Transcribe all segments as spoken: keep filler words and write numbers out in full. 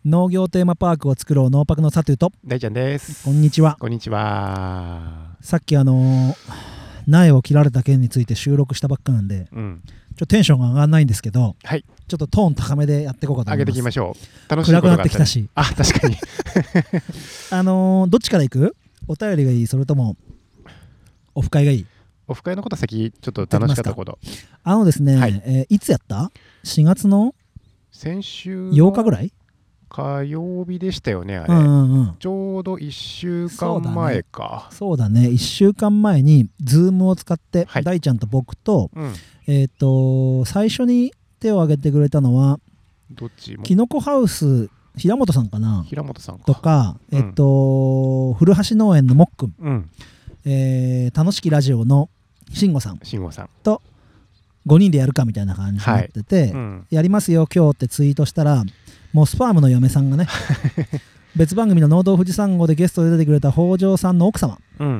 農業テーマパークを作ろう農パクのサトゥと大ちゃんです。 こんにちは。 こんにちは。 さっきあのー、苗を切られた件について収録したばっかなんで、うん、ちょっとテンションが上がらないんですけど、はい、ちょっとトーン高めでやっていこうかと思います。 上げていきましょう。楽しいことがあったね。暗くなってきたし。あ、確かにあのー、どっちからいく？お便りがいい？それともオフ会がいい？ オフ会のこと先ちょっと楽しかったこと。 あのですね、はいえー、いつやった？しがつの先週ようかぐらい火曜日でしたよね、あれ、 うんうんうん、 ちょうどいっしゅうかんまえか。 そうだね、そうだねいっしゅうかんまえに Zoom を使って、はい、大ちゃんと僕と、うん、えっ、ー、と最初に手を挙げてくれたのはどっちもきのこハウス平本さんかな平本さんかとか、えっ、ー、と、うん、古橋農園のもっくん、うんえー、楽しきラジオの慎吾さん慎吾さんとごにんでやるかみたいな感じになってて、はいうん、やりますよ今日ってツイートしたらモスファームの嫁さんがね別番組の農道富士山号でゲストで出てくれた北条さんの奥様が、うん、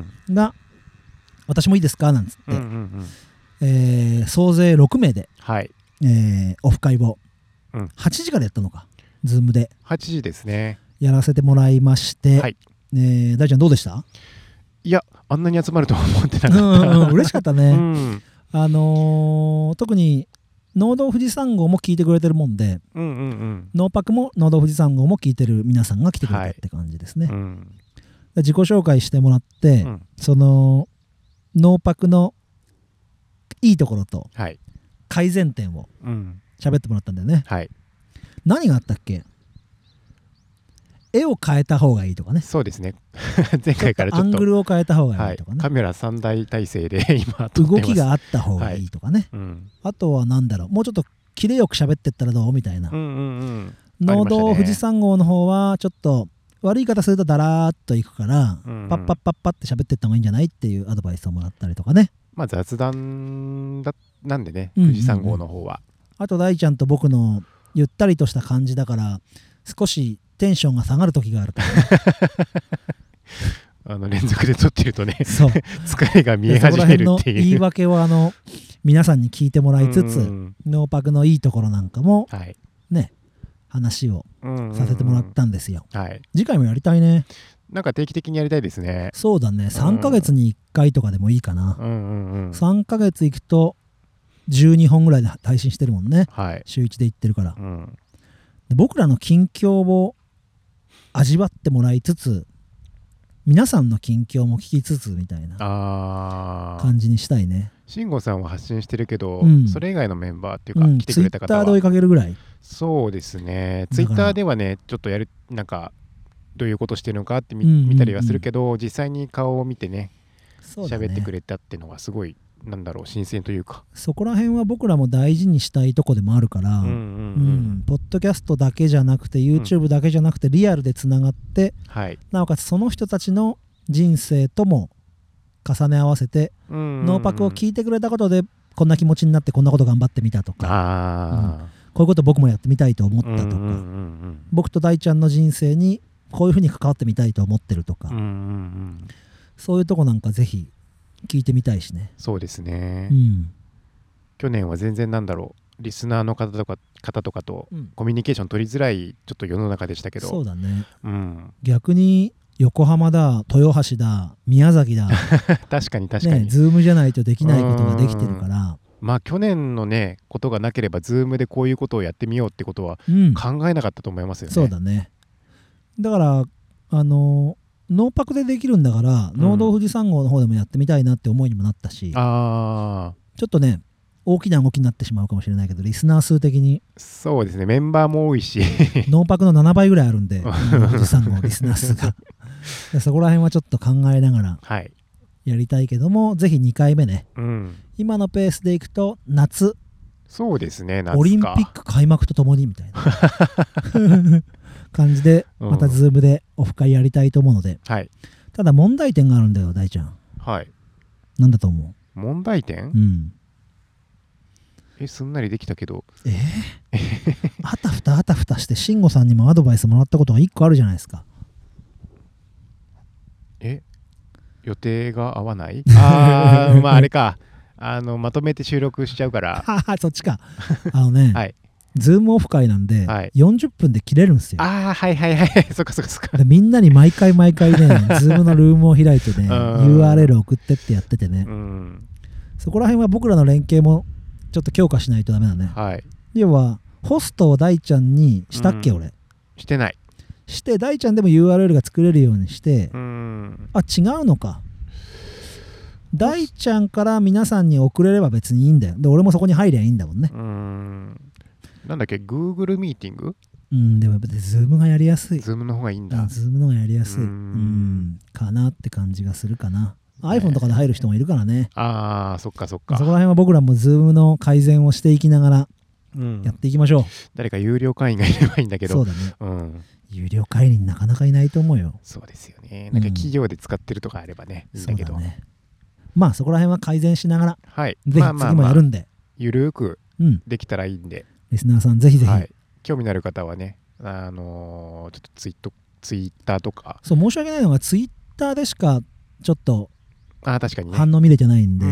私もいいですかなんつって、うんうんうんえー、総勢ろくめいで、はいえー、オフ会を、うん、はちじからやったのかズームではちじですねやらせてもらいまして、はいえー、大ちゃんどうでした？ いやあんなに集まるとは思ってなかった、 うんうん、嬉しかったね、うんあのー、特に農道富士山号も聞いてくれてるもんで、うんうんうん、農パクも農道富士山号も聞いてる皆さんが来てくれたって感じですね、はいうん、自己紹介してもらって、うん、その農パクのいいところと改善点を喋ってもらったんだよね、はい、何があったっけ？絵を変えた方がいいとかね。 そうですね前回からちょっとアングルを変えた方がいいとかね、 はい、カメラさんだい体制で今撮ってます。 動きがあった方がいいとかね、はいうん、あとは何だろうもうちょっとキレよく喋ってったらどうみたいな、うんうんうん、農道富士山号の方はちょっと悪い言い方するとダラーっといくから、うんうん、パッパッパッパって喋ってった方がいいんじゃないっていうアドバイスをもらったりとかね。 まあ雑談だなんでね、うんうんうん、富士山号の方はあと大ちゃんと僕のゆったりとした感じだから少しテンションが下がる時があるからあの連続で撮ってるとね疲れが見え始めるっていう言い訳をあの皆さんに聞いてもらいつつノーパクのいいところなんかも、はい、ね話をさせてもらったんですよ、はい、次回もやりたいね。 なんか定期的にやりたいですね。 そうだねさんかげつにいっかいとかでもいいかな、うんうんうん、さんかげついくとじゅうにほんぐらいで配信してるもんね、はい、週いちで行ってるから、うん、で僕らの近況を味わってもらいつつ皆さんの近況も聞きつつみたいな感じにしたいね。 慎吾さんは発信してるけど、うん、それ以外のメンバーっていうか、うん、来てくれた方はツイッターで追いかけるぐらい。 そうですねツイッターではねちょっとやるなんかどういうことしてるのかって 見,、うんうんうん、見たりはするけど実際に顔を見てね喋、ね、ってくれたっていうのがすごいなんだろう新鮮というかそこら辺は僕らも大事にしたいとこでもあるから、うんうんうんうん、ポッドキャストだけじゃなくて YouTube だけじゃなくてリアルでつながって、うん、なおかつその人たちの人生とも重ね合わせて、うんうんうん、ノーパクを聞いてくれたことでこんな気持ちになってこんなこと頑張ってみたとか、あ、うん、こういうこと僕もやってみたいと思ったとか、うんうんうんうん、僕と大ちゃんの人生にこういうふうに関わってみたいと思ってるとか、うんうんうん、そういうとこなんかぜひ聞いてみたいしね。 そうですね、うん、去年は全然なんだろうリスナーの方とか方とかとコミュニケーション取りづらいちょっと世の中でしたけど、 そうだね、うん、逆に横浜だ豊橋だ宮崎だ確かに確かに、 ね、ズームじゃないとできないことができてるから、 まあ去年のねことがなければズームでこういうことをやってみようってことは考えなかったと思いますよね、うん、 そうだね。だからあのノーパクでできるんだから、うん、農道富士山号の方でもやってみたいなって思いにもなったし、あちょっとね大きな動きになってしまうかもしれないけどリスナー数的にそうですねメンバーも多いしノーパクのななばいぐらいあるんで富士山号リスナー数がそこら辺はちょっと考えながらやりたいけども、はい、ぜひにかいめね、うん、今のペースでいくと夏そうですね夏かオリンピック開幕とともにみたいな感じでまたズームでオフ会やりたいと思うので、うんはい、ただ問題点があるんだよ大ちゃん。はいなんだと思う？ 問題点？うんえすんなりできたけどえー、あたふたあたふたして慎吾さんにもアドバイスもらったことがいっこあるじゃないですか。 え予定が合わないあーまああれかあのまとめて収録しちゃうからそっちかあのね、はい、 ズームオフ会なんで、はい、よんじゅっぷんで切れるんですよ。 ああはいはいはいそっかそっかそっか。 でみんなに毎回毎回ねズームのルームを開いてねユーアールエル 送ってってやっててね、うん、そこら辺は僕らの連携もちょっと強化しないとダメだね、はい、要はホストを大ちゃんにしたっけ、うん、俺してないして大ちゃんでも ユーアールエル が作れるようにして、うん、あ違うのか大ちゃんから皆さんに送れれば別にいいんだよ。で俺もそこに入りゃいいんだもんね。うーんなんだっけ Google ミーティング。 うんでもやっぱ Zoom がやりやすい。 Zoom の方がいいんだ。 Zoom の方がやりやすい。うんうんかなって感じがするかな。 iPhone とかで入る人もいるからね。 ああそっかそっか。 そこら辺は僕らも Zoom の改善をしていきながらやっていきましょう、うん、 誰か有料会員がいればいいんだけど。 そうだね、うん、有料会員なかなかいないと思うよ。 そうですよね。なんか企業で使ってるとかあればね、うん、いいんだけど。そうだね。 まあそこら辺は改善しながら、はい、ぜひ次もやるんで、まあまあまあ、 ゆるーくできたらいいんで、うん、 リスナーさんぜひぜひ、はい、 興味のある方はね、あのー、ちょっとツイートツイッターとか。 そう申し訳ないのがツイッターでしかちょっとあ確かに、ね、 反応見れてないんで、うん、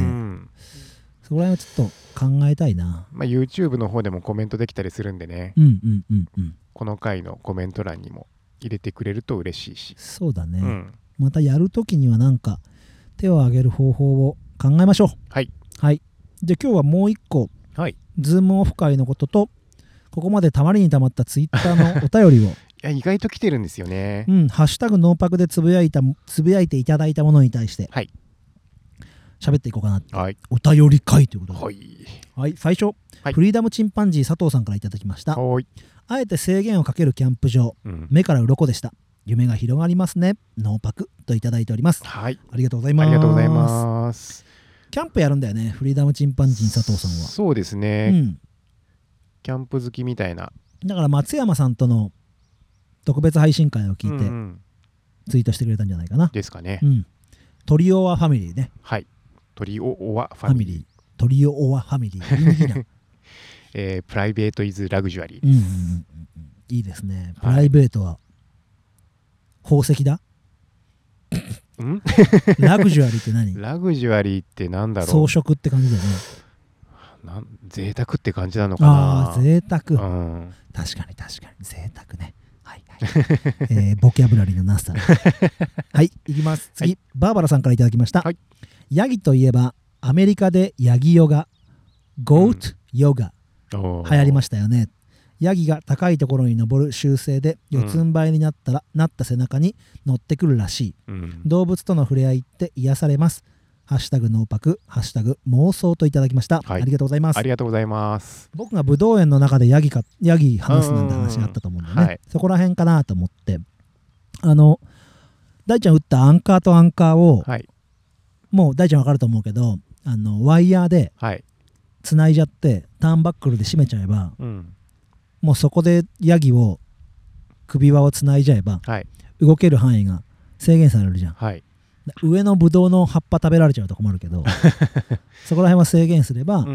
そこら辺はちょっと考えたいな。 まあ YouTube の方でもコメントできたりするんでね、うんうんうんうん、この回のコメント欄にも入れてくれると嬉しいし。 そうだね、うん、またやるときにはなんか手を挙げる方法を考えましょう。はい、はい、で今日はもう一個、はい、ズームオフ会のこととここまでたまりにたまったツイッターのお便りをいや意外と来てるんですよね。 うん、ハッシュタグノーパクでつぶやいたつぶやいていただいたものに対してはい喋っていこうかなって、はい、お便り会ということで、はい、はい、最初、はい、フリーダムチンパンジー佐藤さんからいただきました。はい、あえて制限をかけるキャンプ場、うん、目から鱗でした。夢が広がりますね。ノーパクといただいております。はい、ありがとうございます。 ありがとうございます。 キャンプやるんだよね、フリーダムチンパンジー佐藤さんは。 そうですね、うん、キャンプ好きみたいな。 だから松山さんとの特別配信会を聞いて、うんうん、ツイートしてくれたんじゃないかな。 ですかね。 うん、トリオワファミリーね。 はい、トリオワファミリー。 トリオワファミリー。 えー、プライベートイズラグジュアリーです。 うんうんうん、いいですね。プライベートは、はい宝石だんラグジュアリーって何？ ラグジュアリーってなんだろう。 装飾って感じだよね。 なん贅沢って感じなのかな。 ああ贅沢、うん、確かに確かに贅沢ね。はいはい、えー、ボキャブラリーのなさはいいきます次、はい、バーバラさんからいただきました、はい、ヤギといえばアメリカでヤギヨガゴートヨガ、うん、流行りましたよね。ヤギが高いところに登る習性で四つん這いになったら、うん、なった背中に乗ってくるらしい、うん、動物との触れ合いって癒されます。ハッシュタグノーパクハッシュタグ妄想といただきました、はい、ありがとうございます。 ありがとうございます。 僕が武道園の中でヤギかヤギ話すなんて話があったと思うんでね、はい、そこら辺かなと思ってあの大ちゃん打ったアンカーとアンカーを、はい、もう大ちゃん分かると思うけどあのワイヤーでつないじゃってターンバックルで締めちゃえば、うんもうそこでヤギを首輪をつないじゃえば、はい、動ける範囲が制限されるじゃん、はい、上のブドウの葉っぱ食べられちゃうと困るけどそこら辺は制限すれば、うんうんうん、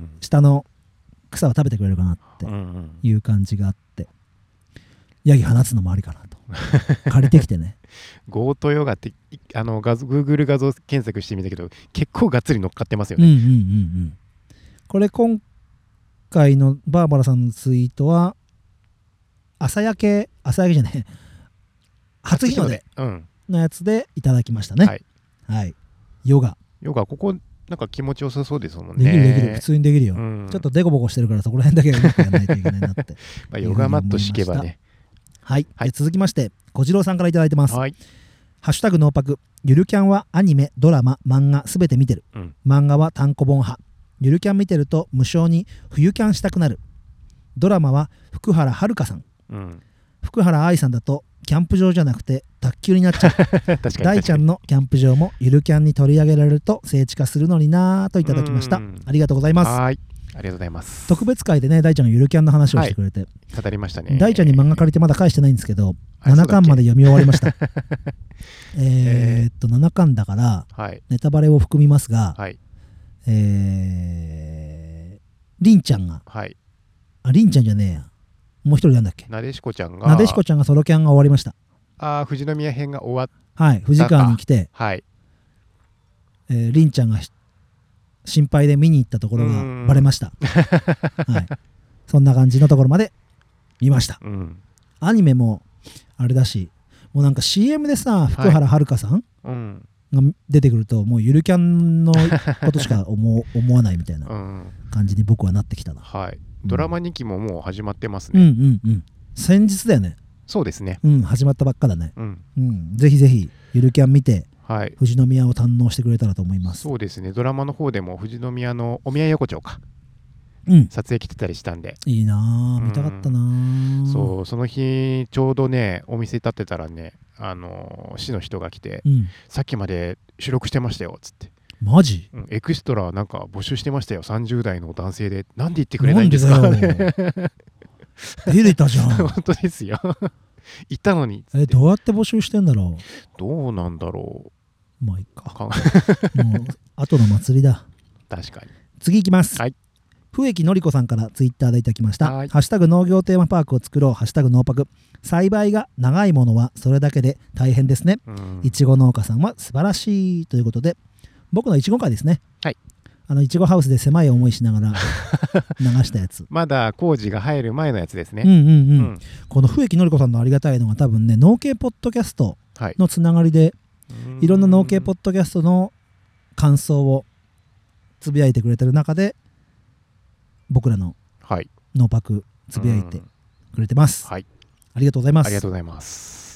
下の草を食べてくれるかなっていう感じがあって、ヤギ放つのもありかなと借りてきてねゴートヨガってあの画像 Google 画像検索してみたけど結構がっつり乗っかってますよね。うんうんうんうん、 これ今今回のバーバラさんのツイートは朝焼け朝焼けじゃない初日の出のやつでいただきましたね。はい、はい、ヨガヨガここなんか気持ちよさそうですもんね。 できるできる普通にできるよ、うん、ちょっとデコボコしてるからそこら辺だけはうまくやらないといけないなってまあヨガマット敷けばね。 はい、はい、続きまして小次郎さんからいただいてます。はい、ハッシュタグノーパクゆるキャンはアニメドラマ漫画すべて見てる、うん、漫画は単行本派ゆるキャン見てると無性に冬キャンしたくなる。ドラマは福原遥さん、うん、福原愛さんだとキャンプ場じゃなくて卓球になっちゃう大ちゃんのキャンプ場もゆるキャンに取り上げられると聖地化するのになぁといただきました。ありがとうございます。 はい、ありがとうございます。 特別会でね大ちゃんがゆるキャンの話をしてくれて、はい、 語りましたね。 大ちゃんに漫画借りてまだ返してないんですけどななかんまで読み終わりましたえっとななかんだから、はい、ネタバレを含みますが、はいえー、りんちゃんが、はい、ありんちゃんじゃねえやもう一人なんだっけなでしこちゃんがなでしこちゃんがソロキャンが終わりました。 ああ富士宮編が終わったはい富士川に来て、はいえー、りんちゃんが心配で見に行ったところがバレました、はい、 そんな感じのところまで見ました、 うん、 アニメもあれだし、もうなんか シーエム でさ福原遥さん、はいうん、が出てくるともうゆるキャンのことしか思, 思わないみたいな感じに僕はなってきたな、 はい、ドラマにきももう始まってますね。 うんうんうん。先日だよね。 そうですね。 うん、始まったばっかだね。 うん。 うん、ぜひぜひゆるキャン見て、 はい、 富士宮を堪能してくれたらと思います。 そうですね。ドラマの方でも富士宮のお宮横丁か。 うん。 撮影来てたりしたんで。 いいなぁ、見たかったなぁ。 そう、その日ちょうどねお店立ってたらね、あの市の人が来て、 うん、 さっきまで収録してましたよっつって。 マジ、 うん、エクストラなんか募集してましたよ、さんじゅう代の男性で。なんで言ってくれないんですか。 出れたじゃん。 本当ですよ。いたのに。 え、どうやって募集してんだろう。 どうなんだろう。まあいいか。もう後の祭りだ。 確かに。 次いきます。 はい。 笛木のりこさんからツイッターでいただきました。ハッシュタグ農業テーマパークを作ろう、ハッシュタグ農パク。栽培が長いものはそれだけで大変ですね。いちご農家さんは素晴らしいということで、僕のいちご会ですね。 はい。 あのいちごハウスで狭い思いしながら流したやつ。 まだ工事が入る前のやつですね。 うんうんうん。うん、この笛木のりこさんのありがたいのが多分ね、農系ポッドキャストのつながりで、はい、いろんな農系ポッドキャストの感想をつぶやいてくれてる中で、僕らのノーパクつぶやいてくれてます、 はい、 ありがとうございます。 ありがとうございます。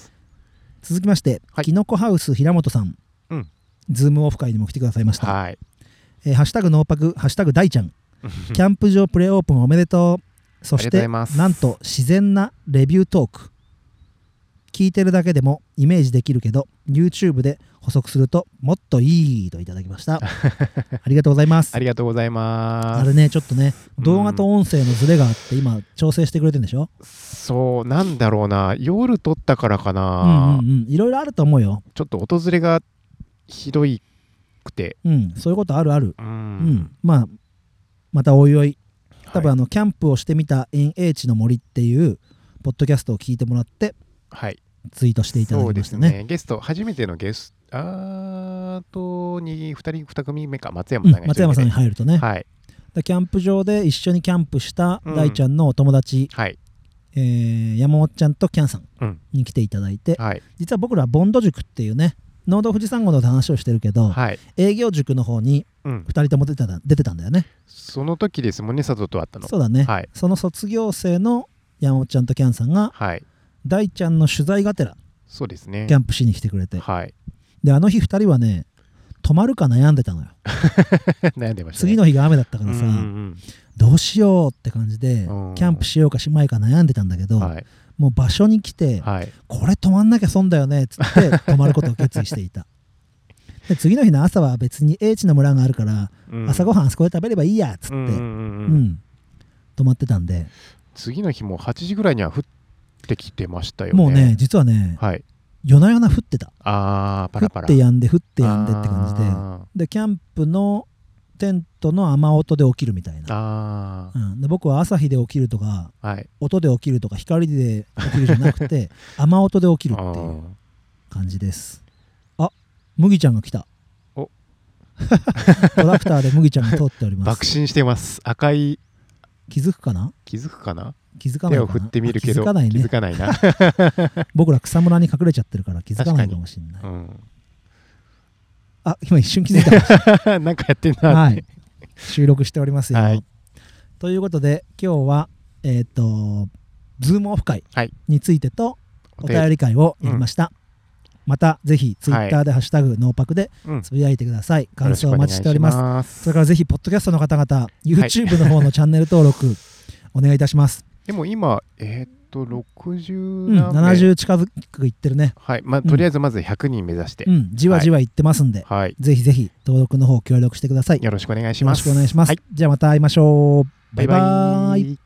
続きまして、はい、きのこハウス平本さん、うん、ズームオフ会にも来てくださいました、はい、えー、ハッシュタグノーパク、ハッシュタグ大ちゃんキャンプ場プレオープンおめでとう。そしてなんと自然なレビュートーク、聞いてるだけでもイメージできるけど YouTube で補足するともっといいといただきましたありがとうございます。 ありがとうございます。 あれね、ちょっとね、動画と音声のズレがあって今調整してくれてるんでしょ。 そうなんだろうな、夜撮ったからかな、 うんうんうん、いろいろあると思うよ。 ちょっと訪れがひどいくて、 うん、そういうことあるある、うんうん、まあまたおいおい多分あの、はい、キャンプをしてみた in 英知の森っていうポッドキャストを聞いてもらって、はい、ツイートしていただきましたね。そうですね、 ゲスト初めてのゲストあと 2, 2人2組目か、松山さんが、うん、 松山さんに入るとね、 はい、 キャンプ場で一緒にキャンプした大ちゃんのお友達、うん、はい、えー、山本ちゃんとキャンさんに来ていただいて、うん、はい、実は僕らボンド塾っていうね、農道富士山号の話をしてるけど、はい、営業塾の方にふたりとも出てた、出てたんだよね。 その時ですもんね、佐藤と会ったの。 そうだね、はい、その卒業生の山本ちゃんとキャンさんが、はい、大ちゃんの取材がてらそうですね、 キャンプしに来てくれて、 はい、 であの日ふたりはね泊まるか悩んでたのよ悩んでましたね。 次の日が雨だったからさ、うんうんうん、どうしようって感じで、 うん、 キャンプしようかしまいか悩んでたんだけど、はい、もう場所に来て、はい、これ泊まんなきゃ損だよねっつって泊まることを決意していたで次の日の朝は別に英知の村があるから、うん、朝ごはんあそこで食べればいいやっつって、うんうんうんうん、泊まってたんで、 次の日もはちじぐらいには降ってきてましたよね。 もうね実はね、はい、夜な夜な降ってた。 あーパラパラ降ってやんで降ってやんでって感じで、でキャンプのテントの雨音で起きるみたいな。 あ、 うん、で僕は朝日で起きるとか、はい、音で起きるとか光で起きるじゃなくて雨音で起きるっていう感じです。あ、麦ちゃんが来た。 おトラクターで麦ちゃんが通っております。 爆心してます。赤い気づくかな気づくかな気づかないかな。 手を振ってみるけど気づかないね。 気づかないな僕ら草むらに隠れちゃってるから気づかないかもしれない、うん、あ、今一瞬気づいたなんかやってんなって、 はい、収録しておりますよ、 はい、 ということで今日はえっ、ー、とズームオフ会についてとお便り会をやりました、うん、またぜひツイッターでハッシュタグノーパクでつぶやいてください、うん、感想をお待ちしております。ます。それからぜひポッドキャストの方々 YouTube の方のチャンネル登録お願いいたします。 でも今えー、っとろくじゅう、 うん、ななじゅう近づくいってるね。 はい、まあ、とりあえずまずひゃくにん目指して、 うん、じわじわいってますんで、はい、ぜひぜひ登録の方協力してください。 よろしくお願いします。 よろしくお願いします、はい、じゃあまた会いましょう。バイバイ。